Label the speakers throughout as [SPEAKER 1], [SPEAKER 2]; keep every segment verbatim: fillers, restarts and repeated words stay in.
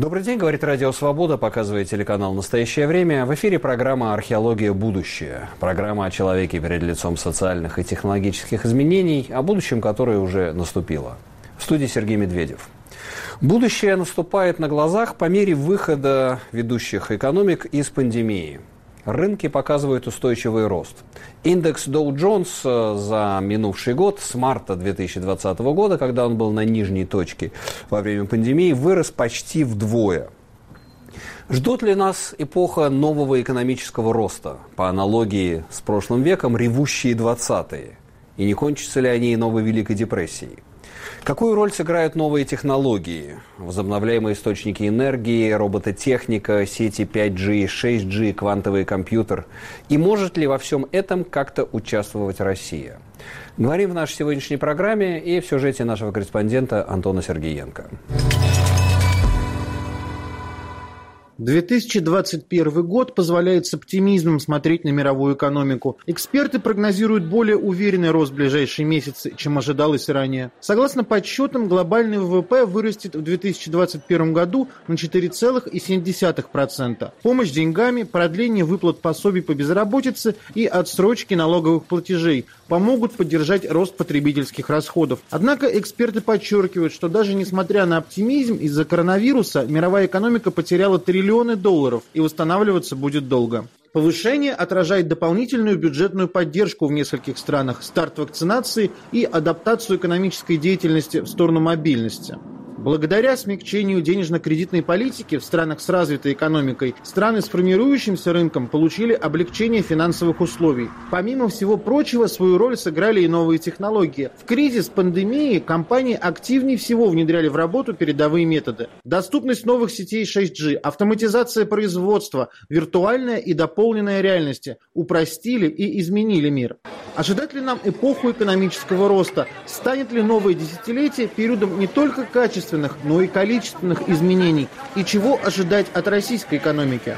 [SPEAKER 1] Добрый день, говорит Радио Свобода, показывает телеканал «Настоящее время». В эфире программа «Археология. Будущее». Программа о человеке перед лицом социальных и технологических изменений, о будущем, которое уже наступило. В студии Сергей Медведев. Будущее наступает на глазах по мере выхода ведущих экономик из пандемии. Рынки показывают устойчивый рост. Индекс Dow Jones за минувший год, с марта две тысячи двадцатого года, когда он был на нижней точке во время пандемии, вырос почти вдвое. Ждут ли нас эпоха нового экономического роста, по аналогии с прошлым веком, ревущие двадцатые? И не кончатся ли они новой Великой депрессией? Какую роль сыграют новые технологии, возобновляемые источники энергии, робототехника, сети пять джи, шесть джи, квантовый компьютер? И может ли во всем этом как-то участвовать Россия? Говорим в нашей сегодняшней программе и в сюжете нашего корреспондента Антона Сергеенко.
[SPEAKER 2] две тысячи двадцать первый год позволяет с оптимизмом смотреть на мировую экономику. Эксперты прогнозируют более уверенный рост в ближайшие месяцы, чем ожидалось ранее. Согласно подсчетам, глобальный ВВП вырастет в две тысячи двадцать первом году на четыре целых семь десятых процента. Помощь деньгами, продление выплат пособий по безработице и отсрочки налоговых платежей помогут поддержать рост потребительских расходов. Однако эксперты подчеркивают, что даже несмотря на оптимизм, из-за коронавируса мировая экономика потеряла триллионы долларов и восстанавливаться будет долго. Повышение отражает дополнительную бюджетную поддержку в нескольких странах, старт вакцинации и адаптацию экономической деятельности в сторону мобильности. Благодаря смягчению денежно-кредитной политики в странах с развитой экономикой, страны с формирующимся рынком получили облегчение финансовых условий. Помимо всего прочего, свою роль сыграли и новые технологии. В кризис пандемии компании активнее всего внедряли в работу передовые методы. Доступность новых сетей шесть джи, автоматизация производства, виртуальная и дополненная реальности упростили и изменили мир. Ожидать ли нам эпоху экономического роста? Станет ли новое десятилетие периодом не только качественных, но и количественных изменений? И чего ожидать от российской экономики?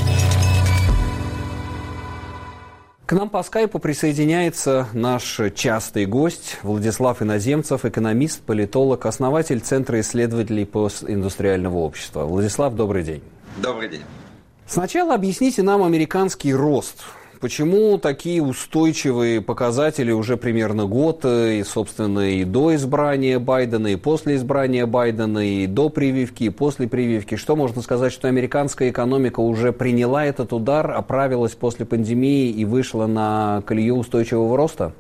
[SPEAKER 1] К нам по скайпу присоединяется наш частый гость Владислав Иноземцев, экономист, политолог, основатель Центра исследователей постиндустриального общества. Владислав, добрый день.
[SPEAKER 3] Добрый день.
[SPEAKER 1] Сначала объясните нам американский рост. Почему такие устойчивые показатели уже примерно год, и, собственно, и до избрания Байдена, и после избрания Байдена, и до прививки, и после прививки? Что можно сказать, что американская экономика уже приняла этот удар, оправилась после пандемии и вышла на колею устойчивого роста?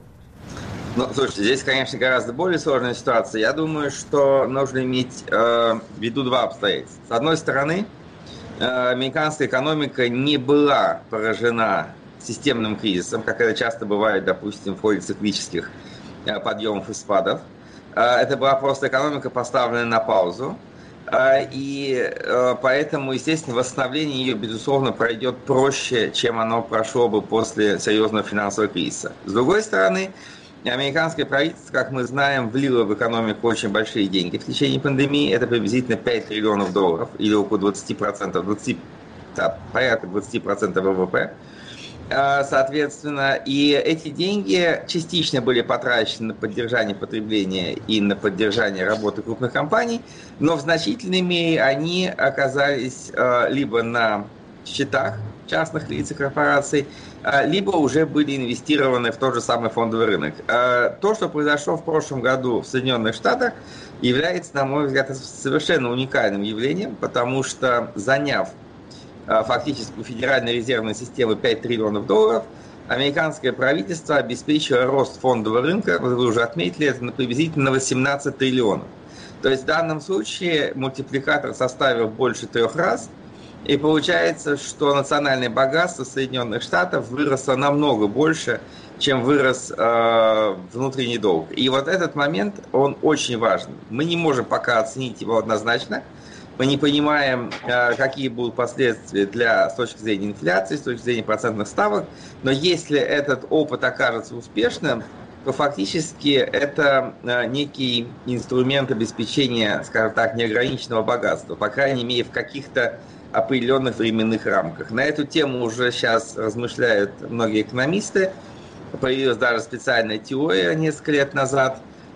[SPEAKER 3] Ну, слушайте, здесь, конечно, гораздо более сложная ситуация. Я думаю, что нужно иметь э, в виду два обстоятельства. С одной стороны, э, американская экономика не была поражена системным кризисом, как это часто бывает, допустим, в ходе циклических э, подъемов и спадов. Э, это была просто экономика, поставленная на паузу. Э, и э, поэтому, естественно, восстановление ее, безусловно, пройдет проще, чем оно прошло бы после серьезного финансового кризиса. С другой стороны, американское правительство, как мы знаем, влило в экономику очень большие деньги в течение пандемии. Это приблизительно пять триллионов долларов, или около двадцать процентов, двадцать, да, порядка двадцать процентов ВВП. Соответственно, и эти деньги частично были потрачены на поддержание потребления и на поддержание работы крупных компаний, но в значительной мере они оказались либо на счетах частных лиц и корпораций, либо уже были инвестированы в тот же самый фондовый рынок. То, что произошло в прошлом году в Соединенных Штатах, является, на мой взгляд, совершенно уникальным явлением, потому что, заняв фактически у Федеральной резервной системы пять триллионов долларов, американское правительство обеспечило рост фондового рынка, вы уже отметили, это приблизительно на восемнадцать триллионов. То есть в данном случае мультипликатор составил больше трех раз, и получается, что национальное богатство Соединенных Штатов выросло намного больше, чем вырос э, внутренний долг. И вот этот момент, он очень важен. Мы не можем пока оценить его однозначно. Мы не понимаем, какие будут последствия для, с точки зрения инфляции, с точки зрения процентных ставок, но если этот опыт окажется успешным, то фактически это некий инструмент обеспечения, скажем так, неограниченного богатства, по крайней мере, в каких-то определенных временных рамках. На эту тему уже сейчас размышляют многие экономисты. Появилась даже специальная теория несколько лет назад,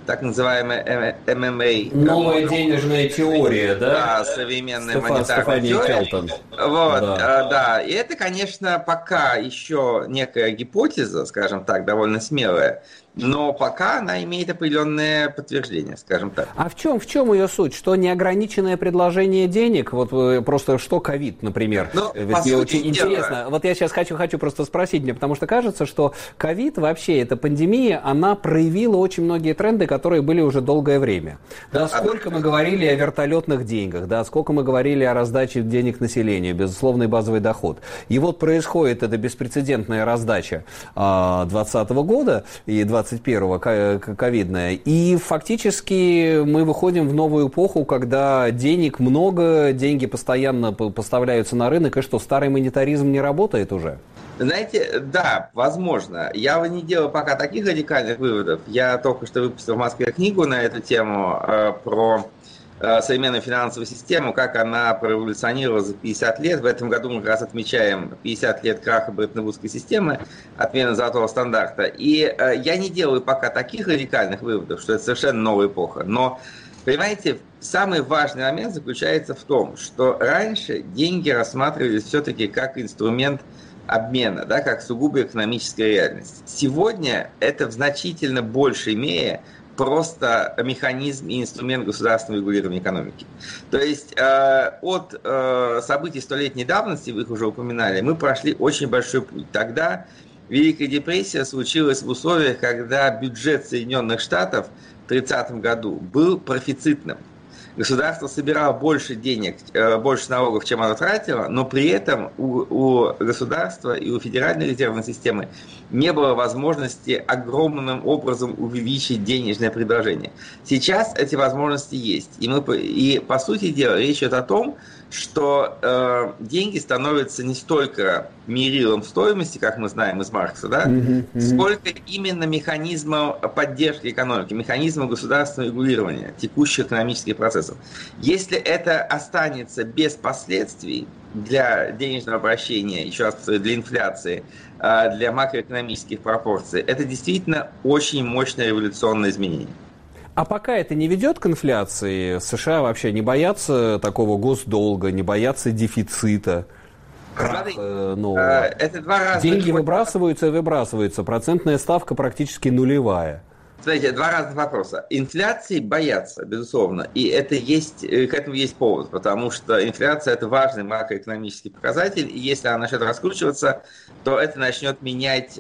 [SPEAKER 3] так называемая эм эм эй.
[SPEAKER 1] Новая денежная теория, да?
[SPEAKER 3] Да, современная
[SPEAKER 1] Стефан,
[SPEAKER 3] монетарная теория.
[SPEAKER 1] Келтон.
[SPEAKER 3] Вот,
[SPEAKER 1] да.
[SPEAKER 3] А, да. И это, конечно, пока еще некая гипотеза, скажем так, довольно смелая, но пока она имеет определенное подтверждение, скажем так.
[SPEAKER 1] А в чем, в чем ее суть? Что неограниченное предложение денег? Вот просто что ковид, например?
[SPEAKER 3] Ну,
[SPEAKER 1] Ведь мне очень
[SPEAKER 3] дела.
[SPEAKER 1] интересно. Вот я сейчас хочу, хочу просто спросить, мне, потому что кажется, что ковид вообще, эта пандемия, она проявила очень многие тренды, которые были уже долгое время. Да, сколько мы говорили о вертолетных деньгах, да, сколько мы говорили о раздаче денег населению, безусловный базовый доход. И вот происходит эта беспрецедентная раздача двадцатого года и двадцать первого ковидная. И фактически мы выходим в новую эпоху, когда денег много, деньги постоянно поставляются на рынок, и что, старый монетаризм не работает уже?
[SPEAKER 3] Знаете, да, возможно. Я бы не делал пока таких радикальных выводов. Я только что выпустил в Москве книгу на эту тему э, про э, современную финансовую систему, как она прореволюционировала за пятьдесят лет. В этом году мы как раз отмечаем пятьдесят лет краха Бреттон-Вудской системы, отмены золотого стандарта. И э, я не делаю пока таких радикальных выводов, что это совершенно новая эпоха. Но, понимаете, самый важный момент заключается в том, что раньше деньги рассматривались все-таки как инструмент обмена, да, как сугубо экономическая реальность. Сегодня это в значительно большей мере просто механизм и инструмент государственного регулирования экономики. То есть э, от э, событий столетней давности, вы их уже упоминали, мы прошли очень большой путь. Тогда Великая депрессия случилась в условиях, когда бюджет Соединенных Штатов в тридцатом году был профицитным. Государство собирало больше денег, больше налогов, чем оно тратило, но при этом у, у государства и у Федеральной резервной системы не было возможности огромным образом увеличить денежное предложение. Сейчас эти возможности есть. И, мы, и по сути дела, речь идет о том, что э, деньги становятся не столько мерилом стоимости, как мы знаем из Маркса, да, mm-hmm, mm-hmm. сколько именно механизмом поддержки экономики, механизмом государственного регулирования текущих экономических процессов. Если это останется без последствий для денежного обращения, еще раз повторю, для инфляции, для макроэкономических пропорций, это действительно очень мощное революционное изменение.
[SPEAKER 1] А пока это не ведет к инфляции, США вообще не боятся такого госдолга, не боятся дефицита.
[SPEAKER 3] Смотри, ну, это два разных...
[SPEAKER 1] Деньги выбрасываются и выбрасываются, процентная ставка практически нулевая.
[SPEAKER 3] Смотрите, два разных вопроса. Инфляции боятся, безусловно, и это есть, к этому есть повод, потому что инфляция – это важный макроэкономический показатель, и если она начнет раскручиваться, то это начнет менять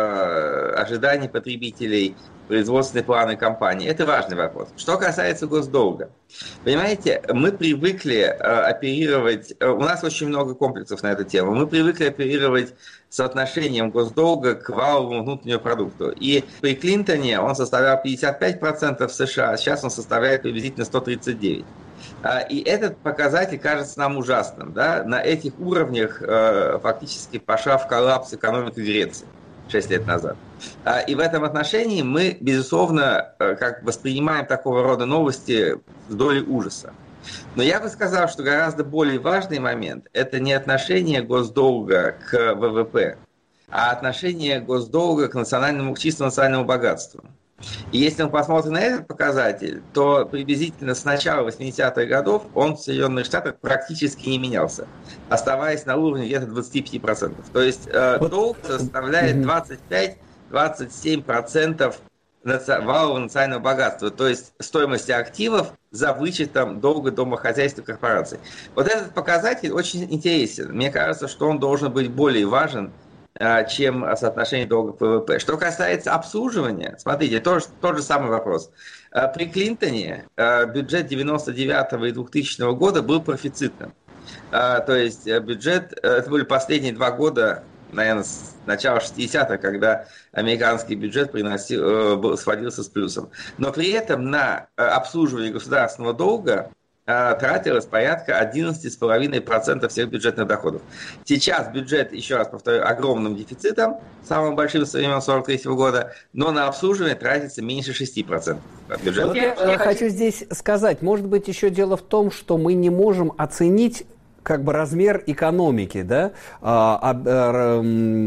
[SPEAKER 3] э, ожидания потребителей, производственные планы компании. Это важный вопрос. Что касается госдолга. Понимаете, мы привыкли э, оперировать... Э, у нас очень много комплексов на эту тему. Мы привыкли оперировать соотношением госдолга к валовому внутреннему продукту. И при Клинтоне он составлял пятьдесят пять процентов в США, а сейчас он составляет приблизительно сто тридцать девять процентов. И этот показатель кажется нам ужасным. Да? На этих уровнях э, фактически пошла в коллапс экономика Греции шесть лет назад. И в этом отношении мы, безусловно, как воспринимаем такого рода новости с долей ужаса. Но я бы сказал, что гораздо более важный момент – это не отношение госдолга к вэ вэ пэ, а отношение госдолга к национальному, к чисто национальному богатству. И если мы посмотрим на этот показатель, то приблизительно с начала восьмидесятых годов он в Соединенных Штатах практически не менялся, оставаясь на уровне где-то двадцать пять процентов. То есть э, долг составляет двадцать пять - двадцать семь процентов валового национального богатства, то есть стоимости активов за вычетом долга домохозяйств и корпораций. Вот этот показатель очень интересен. Мне кажется, что он должен быть более важен, чем соотношение долга к вэ вэ пэ. Что касается обслуживания, смотрите, тот, тот же самый вопрос. При Клинтоне бюджет девяносто девятого и двухтысячного года был профицитным. То есть бюджет, это были последние два года, наверное, с начала шестидесятых, когда американский бюджет приносил, сводился с плюсом. Но при этом на обслуживание государственного долга тратилось порядка одиннадцать целых пять десятых процента всех бюджетных доходов. Сейчас бюджет, еще раз повторю, огромным дефицитом, самым большим со времен сорок третьего года, но на обслуживание тратится меньше шести процентов бюджета.
[SPEAKER 1] Вот я, я хочу здесь сказать, может быть, еще дело в том, что мы не можем оценить как бы размер экономики, да, а, а,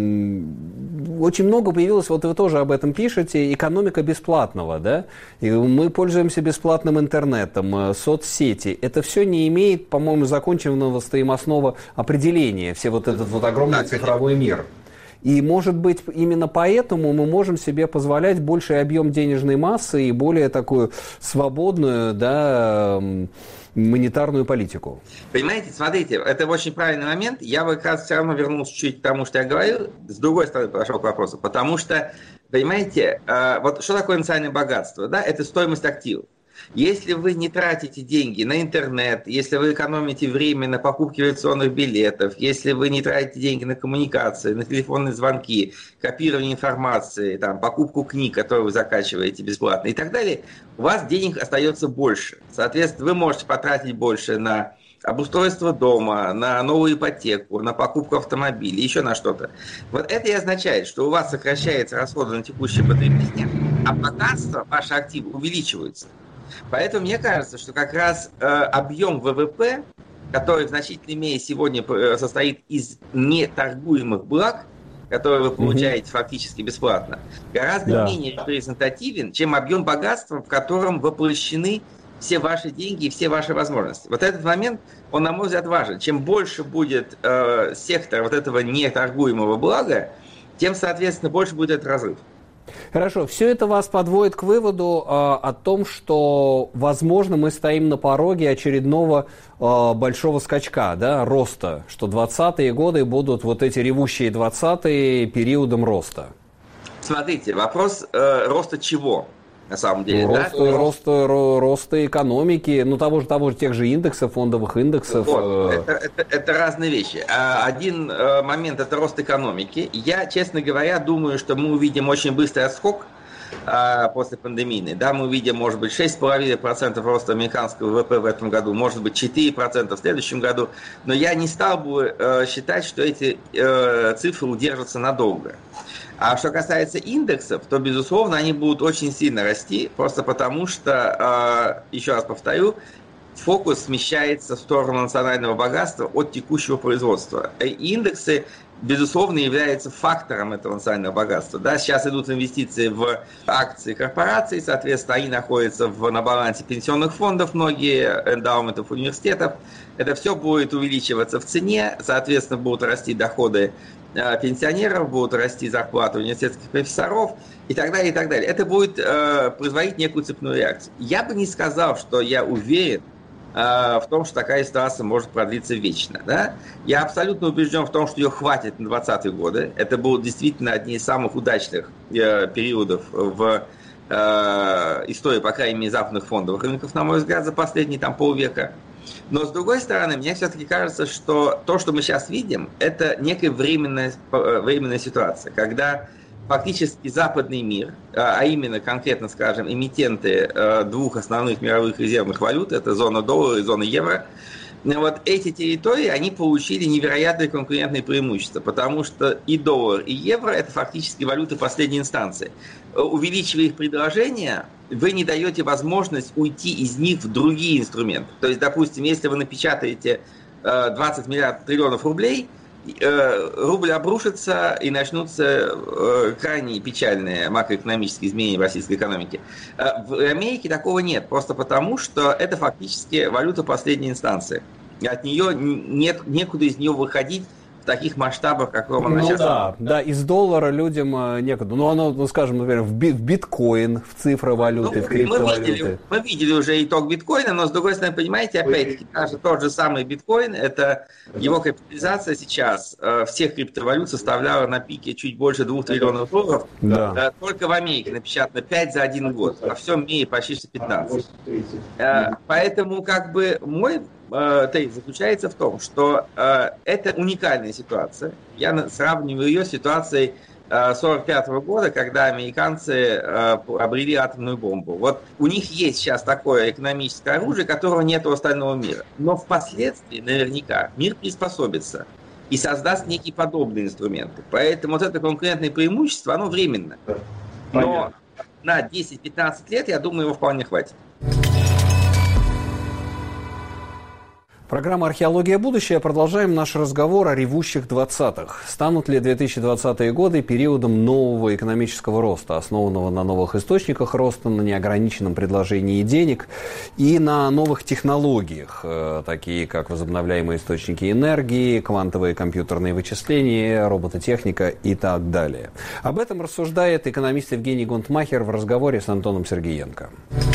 [SPEAKER 1] очень много появилось, вот вы тоже об этом пишете, экономика бесплатного, да, и мы пользуемся бесплатным интернетом, соцсети, это все не имеет, по-моему, законченного стоимостного определения, все вот этот вот огромный цифровой мир. И, может быть, именно поэтому мы можем себе позволять больший объем денежной массы и более такую свободную, да, монетарную политику.
[SPEAKER 3] Понимаете, смотрите, это очень правильный момент. Я бы как раз все равно вернулся чуть к тому, что я говорил. С другой стороны подошел к вопросу. Потому что, понимаете, вот что такое национальное богатство? Да, это стоимость активов. Если вы не тратите деньги на интернет, если вы экономите время на покупке авиационных билетов, если вы не тратите деньги на коммуникации, на телефонные звонки, копирование информации, там, покупку книг, которые вы закачиваете бесплатно и так далее, у вас денег остается больше. Соответственно, вы можете потратить больше на обустройство дома, на новую ипотеку, на покупку автомобиля, еще на что-то. Вот это и означает, что у вас сокращаются расходы на текущее потребление, а богатство, ваши активы увеличиваются. Поэтому мне кажется, что как раз э, объем ВВП, который в значительной мере сегодня состоит из неторгуемых благ, которые вы получаете mm-hmm. фактически бесплатно, гораздо да. менее репрезентативен, чем объем богатства, в котором воплощены все ваши деньги и все ваши возможности. Вот этот момент, он, на мой взгляд, важен. Чем больше будет э, сектор вот этого неторгуемого блага, тем, соответственно, больше будет этот разрыв.
[SPEAKER 1] Хорошо, все это вас подводит к выводу э, о том, что, возможно, мы стоим на пороге очередного э, большого скачка, да, роста, что двадцатые годы будут вот эти ревущие двадцатые периодом роста.
[SPEAKER 3] Смотрите, вопрос э, роста чего? На самом деле,
[SPEAKER 1] роста,
[SPEAKER 3] да?
[SPEAKER 1] Роста, ро, роста экономики, ну того же, того же тех же индексов, фондовых индексов.
[SPEAKER 3] Вот, это, это, это разные вещи. Один момент – это рост экономики. Я, честно говоря, думаю, что мы увидим очень быстрый отскок после пандемии. Да, мы увидим, может быть, шесть целых пять десятых процента роста американского ВВП в этом году, может быть, четыре процента в следующем году. Но я не стал бы считать, что эти цифры удержатся надолго. А что касается индексов, то, безусловно, они будут очень сильно расти, просто потому что, еще раз повторю, фокус смещается в сторону национального богатства от текущего производства. И индексы, безусловно, являются фактором этого национального богатства. Да, сейчас идут инвестиции в акции корпораций, соответственно, они находятся в, на балансе пенсионных фондов, многие эндаументов университетов. Это все будет увеличиваться в цене, соответственно, будут расти доходы пенсионеров, будут расти зарплаты университетских профессоров и так далее, и так далее. Это будет э, производить некую цепную реакцию. Я бы не сказал, что я уверен э, в том, что такая ситуация может продлиться вечно. Да? Я абсолютно убежден в том, что ее хватит на двадцатые годы. Это будут действительно одни из самых удачных э, периодов в э, истории, по крайней мере, западных фондовых рынков, на мой взгляд, за последние там, полвека. Но, с другой стороны, мне все-таки кажется, что то, что мы сейчас видим, это некая временная, временная ситуация, когда фактически западный мир, а именно конкретно, скажем, эмитенты двух основных мировых резервных валют, это зона доллара и зона евро, вот эти территории, они получили невероятные конкурентные преимущества, потому что и доллар, и евро – это фактически валюты последней инстанции. Увеличивая их предложение, вы не даете возможность уйти из них в другие инструменты. То есть, допустим, если вы напечатаете двадцать миллиардов триллионов рублей, рубль обрушится и начнутся крайне печальные макроэкономические изменения в российской экономике. В Америке такого нет, просто потому, что это фактически валюта последней инстанции. От нее нет, некуда из нее выходить в таких масштабах, какого она
[SPEAKER 1] ну,
[SPEAKER 3] сейчас.
[SPEAKER 1] Да, да, из доллара людям некуда. Ну, оно, ну, скажем, например, в биткоин, в цифровалюты, ну, в криптовалюты.
[SPEAKER 3] Мы видели, мы видели уже итог биткоина, но, с другой стороны, понимаете, опять-таки, даже тот же самый биткоин, это его капитализация сейчас э, всех криптовалют составляла на пике чуть больше двух триллионов долларов. Да. Э, только в Америке напечатано пять за один год, во всем мире почти что пятнадцать. Э, поэтому, как бы, мой тезис заключается в том, что э, это уникальная ситуация. Я сравниваю ее с ситуацией э, сорок пятого года, когда американцы э, обрели атомную бомбу. Вот у них есть сейчас такое экономическое оружие, которого нет у остального мира. Но впоследствии, наверняка, мир приспособится и создаст некие подобные инструменты. Поэтому вот это конкурентное преимущество, оно временно. Но на десять-пятнадцать лет, я думаю, его вполне хватит.
[SPEAKER 1] Программа «Археология. Будущее». Продолжаем наш разговор о ревущих двадцатых. Станут ли две тысячи двадцатые годы периодом нового экономического роста, основанного на новых источниках роста, на неограниченном предложении денег и на новых технологиях, такие как возобновляемые источники энергии, квантовые компьютерные вычисления, робототехника и так далее? Об этом рассуждает экономист Евгений Гунтмахер в разговоре с Антоном Сергеенко.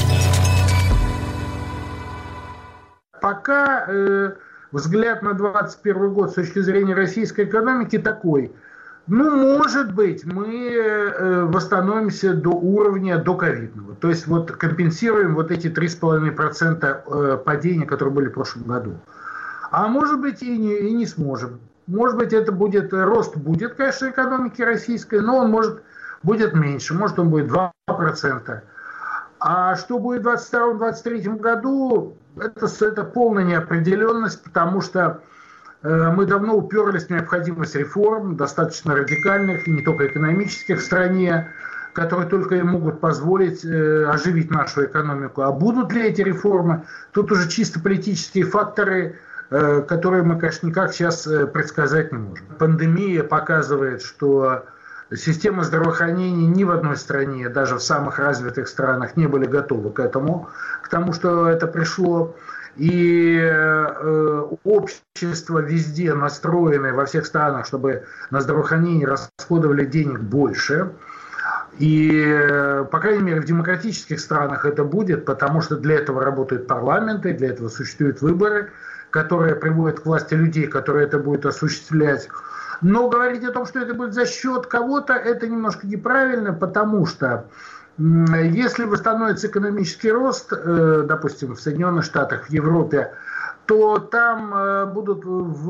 [SPEAKER 4] Пока э, взгляд на двадцать первый год с точки зрения российской экономики такой. Ну, может быть, мы э, восстановимся до уровня доковидного. То есть вот компенсируем вот эти три с половиной процента э, падения, которые были в прошлом году. А может быть и не, и не сможем. Может быть, это будет, рост будет, конечно, экономики российской, но он может будет меньше. Может, он будет два процента. А что будет в двадцать втором — двадцать третьем году, это, это полная неопределенность, потому что э, мы давно уперлись в необходимость реформ, достаточно радикальных, и не только экономических в стране, которые только и могут позволить э, оживить нашу экономику. А будут ли эти реформы? Тут уже чисто политические факторы, э, которые мы, конечно, никак сейчас э, предсказать не можем. Пандемия показывает, что система здравоохранения ни в одной стране, даже в самых развитых странах, не были готовы к этому, к тому, что это пришло. И э, общество везде настроено, во всех странах, чтобы на здравоохранение расходовали денег больше. И, э, по крайней мере, в демократических странах это будет, потому что для этого работают парламенты, для этого существуют выборы, которые приводят к власти людей, которые это будут осуществлять. Но говорить о том, что это будет за счет кого-то, это немножко неправильно, потому что если восстановится экономический рост, допустим, в Соединенных Штатах, в Европе, то там будут,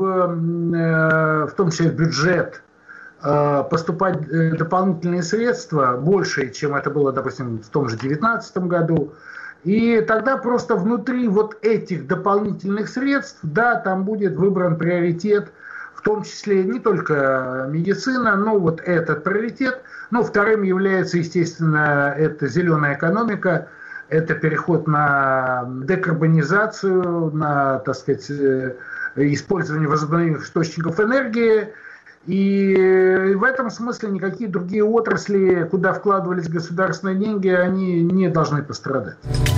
[SPEAKER 4] в, в том числе в бюджет, поступать дополнительные средства, большие, чем это было, допустим, в том же две тысячи девятнадцатом году. И тогда просто внутри вот этих дополнительных средств, да, там будет выбран приоритет, в том числе не только медицина, но вот этот приоритет. Ну, вторым является, естественно, это зеленая экономика, это переход на декарбонизацию, на, так сказать, использование возобновляемых источников энергии. И в этом смысле никакие другие отрасли, куда вкладывались государственные деньги, они не должны пострадать.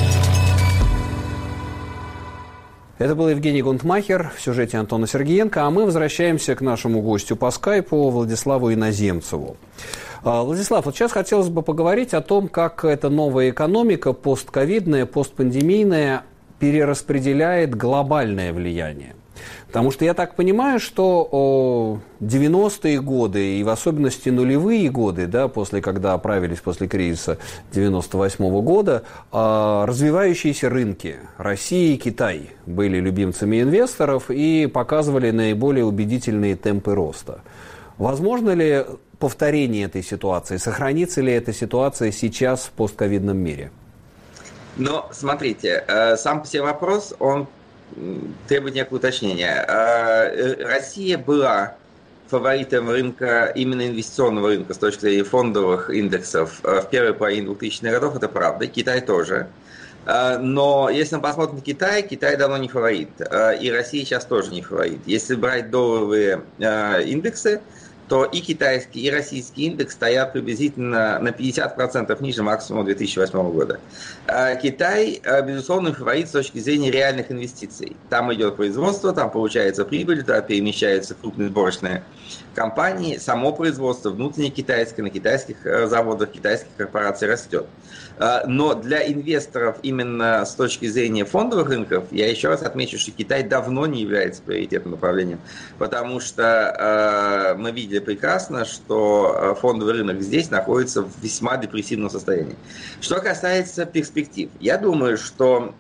[SPEAKER 1] Это был Евгений Гунтмахер в сюжете Антона Сергеенко, а мы возвращаемся к нашему гостю по скайпу Владиславу Иноземцеву. Владислав, вот сейчас хотелось бы поговорить о том, как эта новая экономика, постковидная, постпандемийная, перераспределяет глобальное влияние. Потому что я так понимаю, что девяностые годы и в особенности нулевые годы, да, после, когда оправились после кризиса девяносто восьмого года, развивающиеся рынки Россия и Китай были любимцами инвесторов и показывали наиболее убедительные темпы роста. Возможно ли повторение этой ситуации? Сохранится ли эта ситуация сейчас в постковидном мире?
[SPEAKER 3] Ну, смотрите, сам по себе вопрос, он требует некого уточнения. Россия была фаворитом рынка, именно инвестиционного рынка с точки зрения фондовых индексов в первой половине двухтысячных годов, это правда, Китай тоже. Но если мы посмотрим на Китай, Китай давно не фаворит, и Россия сейчас тоже не фаворит. Если брать долларовые индексы, то и китайский, и российский индекс стоят приблизительно на пятьдесят процентов ниже максимума две тысячи восьмого года. Китай, безусловно, фаворит с точки зрения реальных инвестиций. Там идет производство, там получается прибыль, туда перемещаются крупные сборочные компании, само производство внутреннее китайское, на китайских заводах, китайских корпораций растет. Но для инвесторов именно с точки зрения фондовых рынков, я еще раз отмечу, что Китай давно не является приоритетным направлением, потому что мы видели прекрасно, что фондовый рынок здесь находится в весьма депрессивном состоянии. Что касается перспектив, я думаю, что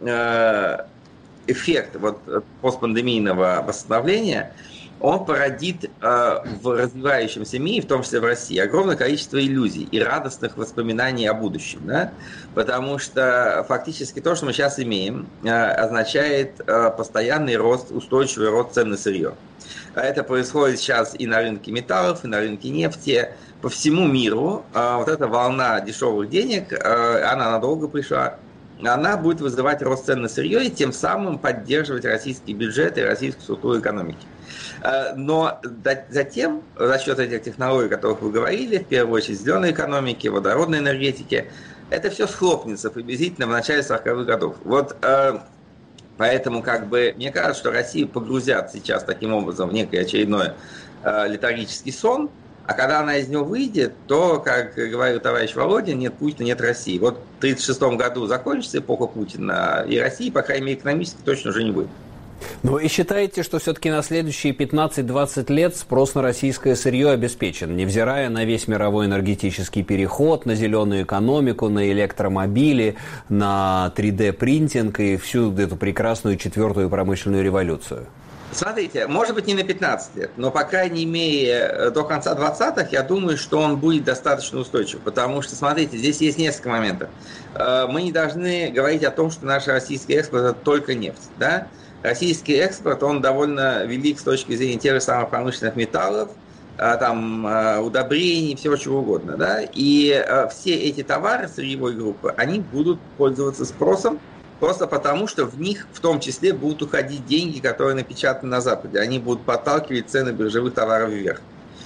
[SPEAKER 3] эффект вот постпандемийного восстановления, он породит э, в развивающемся мире, в том числе в России, огромное количество иллюзий и радостных воспоминаний о будущем. Да? Потому что фактически то, что мы сейчас имеем, э, означает э, постоянный рост, устойчивый рост цен на сырье. Это происходит сейчас и на рынке металлов, и на рынке нефти. По всему миру э, вот эта волна дешевых денег, э, она надолго пришла. она будет вызывать рост цен на сырье и тем самым поддерживать российский бюджет и российскую структуру экономики. Но затем, за счет этих технологий, о которых вы говорили, в первую очередь зеленой экономики, водородной энергетики, это все схлопнется приблизительно в начале сороковых годов. Вот поэтому, как бы, мне кажется, что Россию погрузят сейчас таким образом в некий очередной летаргический сон, а когда она из него выйдет, то, как говорил товарищ Володин, нет Путина, нет России. Вот в тридцать шестом году закончится эпоха Путина, и России, по крайней мере, экономически точно уже не будет.
[SPEAKER 1] Ну и считаете, что все-таки на следующие пятнадцать-двадцать лет спрос на российское сырье обеспечен, невзирая на весь мировой энергетический переход, на зеленую экономику, на электромобили, на три дэ принтинг и всю эту прекрасную четвертую промышленную революцию?
[SPEAKER 3] Смотрите, может быть не на пятнадцать лет, но по крайней мере до конца двадцатых, я думаю, что он будет достаточно устойчив, потому что, смотрите, здесь есть несколько моментов. Мы не должны говорить о том, что наш российский экспорт – это только нефть, да? Российский экспорт, он довольно велик с точки зрения тех же самых промышленных металлов, там, удобрений, всего чего угодно, да? И все эти товары сырьевой группы, они будут пользоваться спросом, просто потому, что в них в том числе будут уходить деньги, которые напечатаны на Западе. Они будут подталкивать цены биржевых товаров вверх.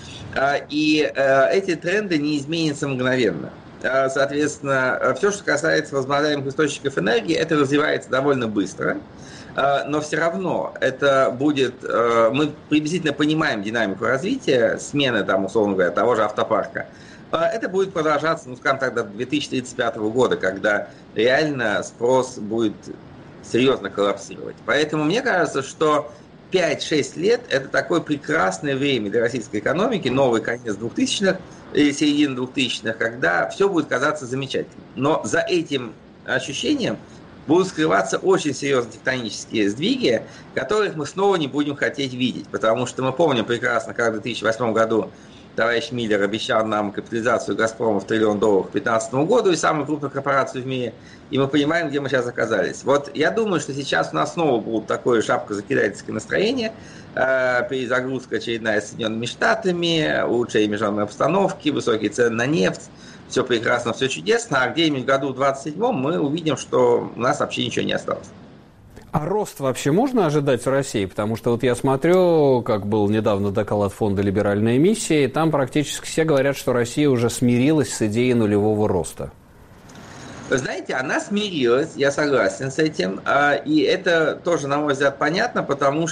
[SPEAKER 3] И эти тренды не изменятся мгновенно. Соответственно, все, что касается возобновляемых источников энергии, это развивается довольно быстро. Но все равно это будет... Мы приблизительно понимаем динамику развития, смены, там, условно говоря, того же автопарка. Это будет продолжаться, ну, скажем так, до две тысячи тридцать пятого года, когда реально спрос будет серьезно коллапсировать. Поэтому мне кажется, что пять-шесть лет – это такое прекрасное время для российской экономики, новый конец двухтысячных или середина двухтысячных, когда все будет казаться замечательным. Но за этим ощущением будут скрываться очень серьезные тектонические сдвиги, которых мы снова не будем хотеть видеть, потому что мы помним прекрасно, как в две тысячи восьмом году товарищ Миллер обещал нам капитализацию «Газпрома» в триллион долларов к две тысячи пятнадцатому году и самую крупную корпорацию в мире. И мы понимаем, где мы сейчас оказались. Вот я думаю, что сейчас у нас снова будет такое шапкозакидательское настроение, э, перезагрузка очередная с Соединенными Штатами, улучшение международной обстановки, высокие цены на нефть. Все прекрасно, все чудесно. А где-нибудь в году двадцать седьмом мы увидим, что у нас вообще ничего не осталось.
[SPEAKER 1] А рост вообще можно ожидать в России? Потому что вот я смотрю, как был недавно доклад фонда «Либеральная миссия», и там практически все говорят, что Россия уже смирилась с идеей нулевого роста.
[SPEAKER 3] Вы знаете, она смирилась, я согласен с этим, и это тоже, на мой взгляд, понятно, потому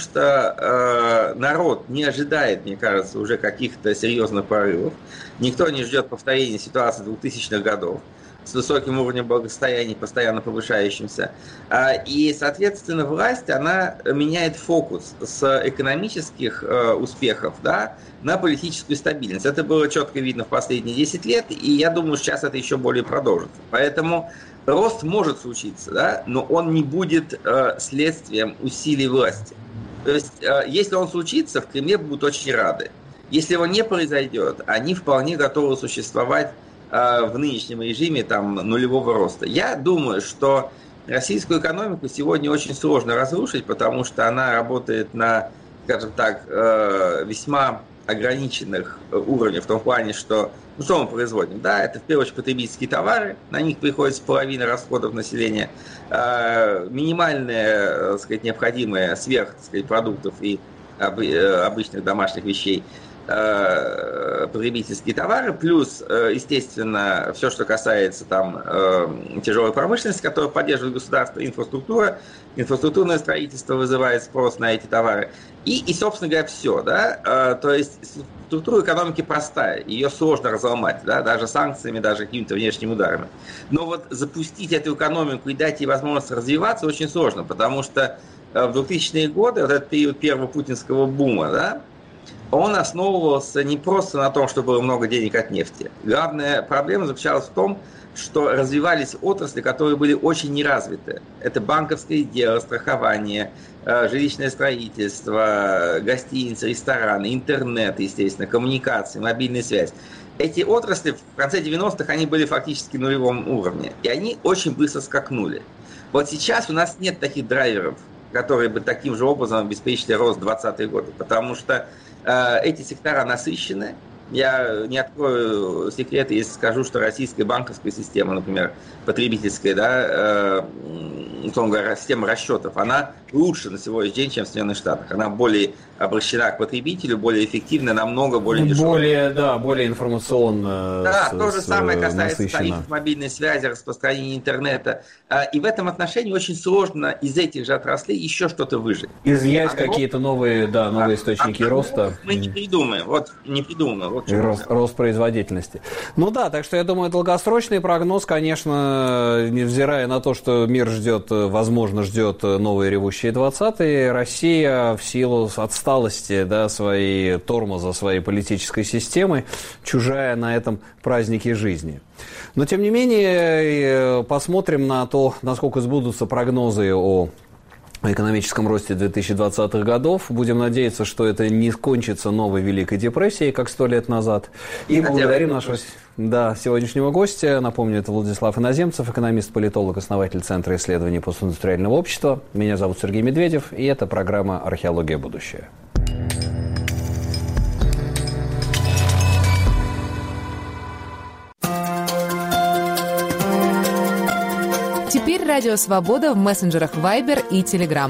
[SPEAKER 3] что народ не ожидает, мне кажется, уже каких-то серьезных прорывов. Никто не ждет повторения ситуации двухтысячных годов с высоким уровнем благосостояния, постоянно повышающимся. И, соответственно, власть, она меняет фокус с экономических успехов, да, на политическую стабильность. Это было четко видно в последние десять лет, и я думаю, сейчас это еще более продолжится. Поэтому рост может случиться, да, но он не будет следствием усилий власти. То есть, если он случится, в Кремле будут очень рады. Если его не произойдет, они вполне готовы существовать в нынешнем режиме там, нулевого роста. Я думаю, что российскую экономику сегодня очень сложно разрушить, потому что она работает на, скажем так, весьма ограниченных уровнях, в том плане, что, ну что мы производим? Да, это в первую очередь потребительские товары, на них приходится половина расходов населения, минимальные, так сказать, необходимые сверх, так сказать, продуктов и обычных домашних вещей, потребительские товары, плюс, естественно, все, что касается там тяжелой промышленности, которую поддерживает государство, инфраструктура, инфраструктурное строительство вызывает спрос на эти товары. И, и собственно говоря, все, да, то есть структура экономики простая, ее сложно разломать, да, даже санкциями, даже какими-то внешними ударами. Но вот запустить эту экономику и дать ей возможность развиваться очень сложно, потому что в двухтысячные годы, вот этот период первого путинского бума, да, он основывался не просто на том, что было много денег от нефти. Главная проблема заключалась в том, что развивались отрасли, которые были очень неразвиты. Это банковское дело, страхование, жилищное строительство, гостиницы, рестораны, интернет, естественно, коммуникации, мобильная связь. Эти отрасли в конце девяностых, они были фактически на нулевом уровне. И они очень быстро скакнули. Вот сейчас у нас нет таких драйверов, которые бы таким же образом обеспечили рост в двадцатые годы. Потому что э, эти сектора насыщены, Я не открою секреты, если скажу, что российская банковская система, например, потребительская, да, условно говоря, система расчетов, она лучше на сегодняшний день, чем в Соединенных Штатах. Она более обращена к потребителю, более эффективна, намного более дешевая.
[SPEAKER 1] Более, да, более информационно.
[SPEAKER 3] Да,
[SPEAKER 1] с,
[SPEAKER 3] то же самое касается
[SPEAKER 1] насыщенно.
[SPEAKER 3] тарифов мобильной связи, распространения интернета. И в этом отношении очень сложно из этих же отраслей еще что-то выжить.
[SPEAKER 1] Изъять
[SPEAKER 3] а
[SPEAKER 1] какие-то новые, да, новые источники
[SPEAKER 3] а
[SPEAKER 1] роста.
[SPEAKER 3] Мы не придумаем. Вот не придумаем. Вот
[SPEAKER 1] И рост, рост производительности. Ну да, так что я думаю, долгосрочный прогноз, конечно, невзирая на то, что мир ждет, возможно, ждет новые ревущие двадцатые, Россия в силу отсталости, да, своей тормоза, своей политической системы, чужая на этом празднике жизни. Но, тем не менее, посмотрим на то, насколько сбудутся прогнозы о экономическом росте две тысячи двадцатых годов. Будем надеяться, что это не кончится новой Великой депрессией, как сто лет назад. И благодарим нашего да, сегодняшнего гостя. Напомню, это Владислав Иноземцев, экономист-политолог, основатель Центра исследований постиндустриального общества. Меня зовут Сергей Медведев, и это программа «Археология. Будущее».
[SPEAKER 5] Теперь Радио Свобода в мессенджерах Viber и Telegram.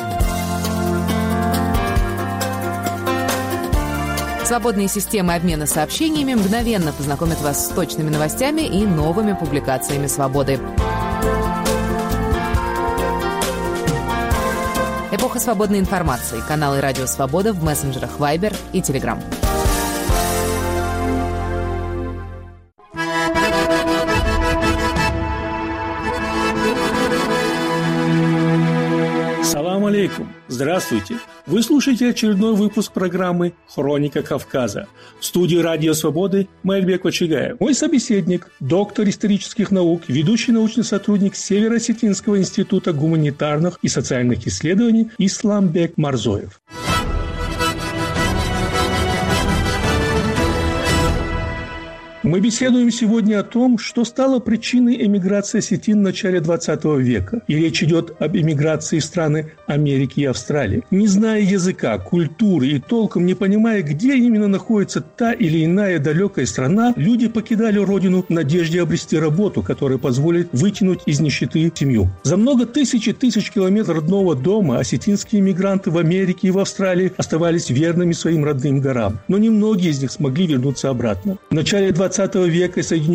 [SPEAKER 5] Свободные системы обмена сообщениями мгновенно познакомят вас с точными новостями и новыми публикациями «Свободы». Эпоха свободной информации. Каналы Радио Свобода в мессенджерах Viber и Telegram.
[SPEAKER 6] Салам алейкум. Здравствуйте. Вы слушаете очередной выпуск программы «Хроника Кавказа». В студии Радио Свободы Маэльбек Вачигаев. Мой собеседник, доктор исторических наук, ведущий научный сотрудник Северо-Осетинского института гуманитарных и социальных исследований Исламбек Марзоев. Мы беседуем сегодня о том, что стало причиной эмиграции осетин в начале двадцатого века. И речь идет об эмиграции в страны Америки и Австралии. Не зная языка, культуры и толком не понимая, где именно находится та или иная далекая страна, люди покидали родину в надежде обрести работу, которая позволит вытянуть из нищеты семью. За много тысяч и тысяч километров родного дома осетинские эмигранты в Америке и в Австралии оставались верными своим родным горам. Но немногие из них смогли вернуться обратно. В начале двадцатого века Соединенные